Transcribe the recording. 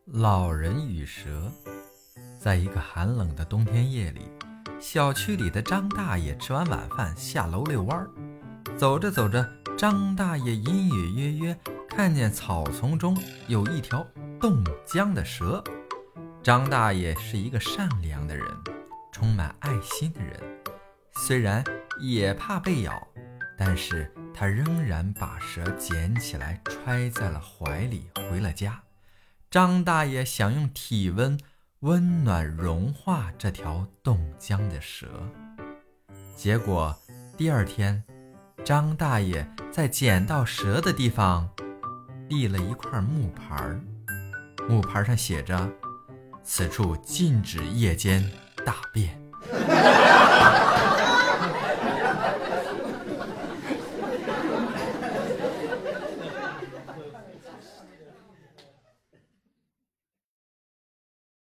老人与蛇。在一个寒冷的冬天夜里，小区里的张大爷吃完晚饭下楼遛弯儿。走着走着，张大爷隐隐约约看见草丛中有一条冻僵的蛇。张大爷是一个善良的人，充满爱心的人，虽然也怕被咬，但是他仍然把蛇捡起来揣在了怀里回了家。张大爷想用体温温暖融化这条冻僵的蛇。结果第二天，张大爷在捡到蛇的地方立了一块木牌，木牌上写着：此处禁止夜间大便。